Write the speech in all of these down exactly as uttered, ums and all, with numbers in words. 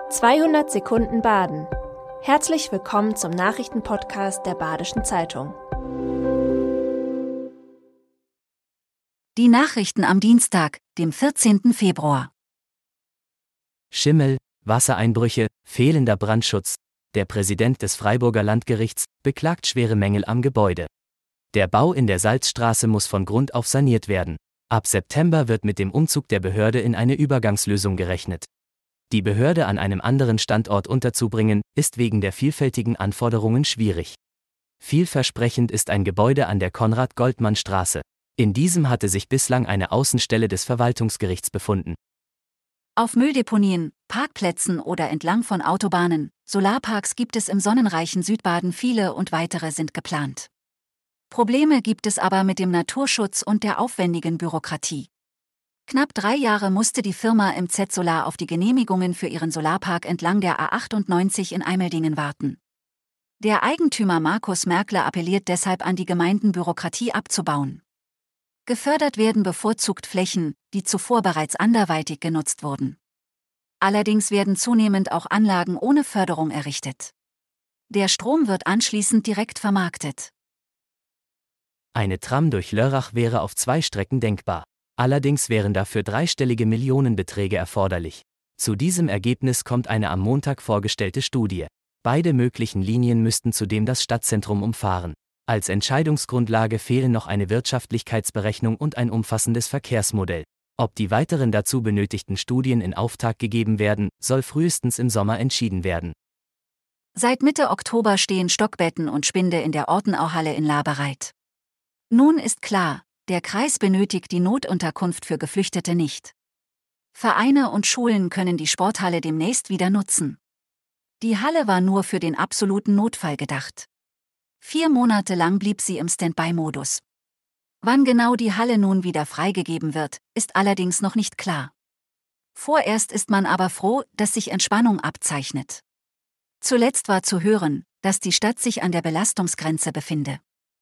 zweihundert Sekunden Baden. Herzlich willkommen zum Nachrichtenpodcast der Badischen Zeitung. Die Nachrichten am Dienstag, dem vierzehnten Februar. Schimmel, Wassereinbrüche, fehlender Brandschutz. Der Präsident des Freiburger Landgerichts beklagt schwere Mängel am Gebäude. Der Bau in der Salzstraße muss von Grund auf saniert werden. Ab September wird mit dem Umzug der Behörde in eine Übergangslösung gerechnet. Die Behörde an einem anderen Standort unterzubringen, ist wegen der vielfältigen Anforderungen schwierig. Vielversprechend ist ein Gebäude an der Konrad-Goldmann-Straße. In diesem hatte sich bislang eine Außenstelle des Verwaltungsgerichts befunden. Auf Mülldeponien, Parkplätzen oder entlang von Autobahnen, Solarparks gibt es im sonnenreichen Südbaden viele und weitere sind geplant. Probleme gibt es aber mit dem Naturschutz und der aufwendigen Bürokratie. Knapp drei Jahre musste die Firma M Z Solar auf die Genehmigungen für ihren Solarpark entlang der A achtundneunzig in Eimeldingen warten. Der Eigentümer Markus Merkle appelliert deshalb an die Gemeinden, Bürokratie abzubauen. Gefördert werden bevorzugt Flächen, die zuvor bereits anderweitig genutzt wurden. Allerdings werden zunehmend auch Anlagen ohne Förderung errichtet. Der Strom wird anschließend direkt vermarktet. Eine Tram durch Lörrach wäre auf zwei Strecken denkbar. Allerdings wären dafür dreistellige Millionenbeträge erforderlich. Zu diesem Ergebnis kommt eine am Montag vorgestellte Studie. Beide möglichen Linien müssten zudem das Stadtzentrum umfahren. Als Entscheidungsgrundlage fehlen noch eine Wirtschaftlichkeitsberechnung und ein umfassendes Verkehrsmodell. Ob die weiteren dazu benötigten Studien in Auftrag gegeben werden, soll frühestens im Sommer entschieden werden. Seit Mitte Oktober stehen Stockbetten und Spinde in der Ortenauhalle in Lahr bereit. Nun ist klar, der Kreis benötigt die Notunterkunft für Geflüchtete nicht. Vereine und Schulen können die Sporthalle demnächst wieder nutzen. Die Halle war nur für den absoluten Notfall gedacht. Vier Monate lang blieb sie im Standby-Modus. Wann genau die Halle nun wieder freigegeben wird, ist allerdings noch nicht klar. Vorerst ist man aber froh, dass sich Entspannung abzeichnet. Zuletzt war zu hören, dass die Stadt sich an der Belastungsgrenze befinde.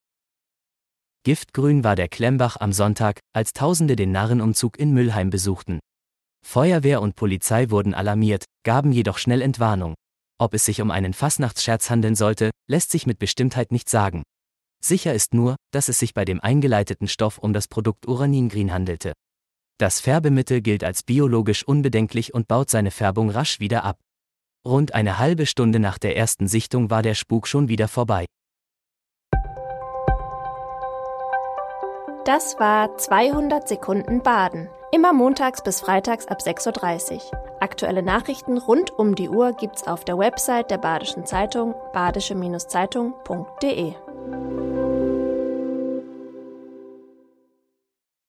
Giftgrün war der Klemmbach am Sonntag, als Tausende den Narrenumzug in Müllheim besuchten. Feuerwehr und Polizei wurden alarmiert, gaben jedoch schnell Entwarnung. Ob es sich um einen Fastnachtsscherz handeln sollte, lässt sich mit Bestimmtheit nicht sagen. Sicher ist nur, dass es sich bei dem eingeleiteten Stoff um das Produkt Uraningrin handelte. Das Färbemittel gilt als biologisch unbedenklich und baut seine Färbung rasch wieder ab. Rund eine halbe Stunde nach der ersten Sichtung war der Spuk schon wieder vorbei. Das war zweihundert Sekunden Baden. Immer montags bis freitags ab sechs Uhr dreißig. Aktuelle Nachrichten rund um die Uhr gibt's auf der Website der Badischen Zeitung badische Zeitung punkt de.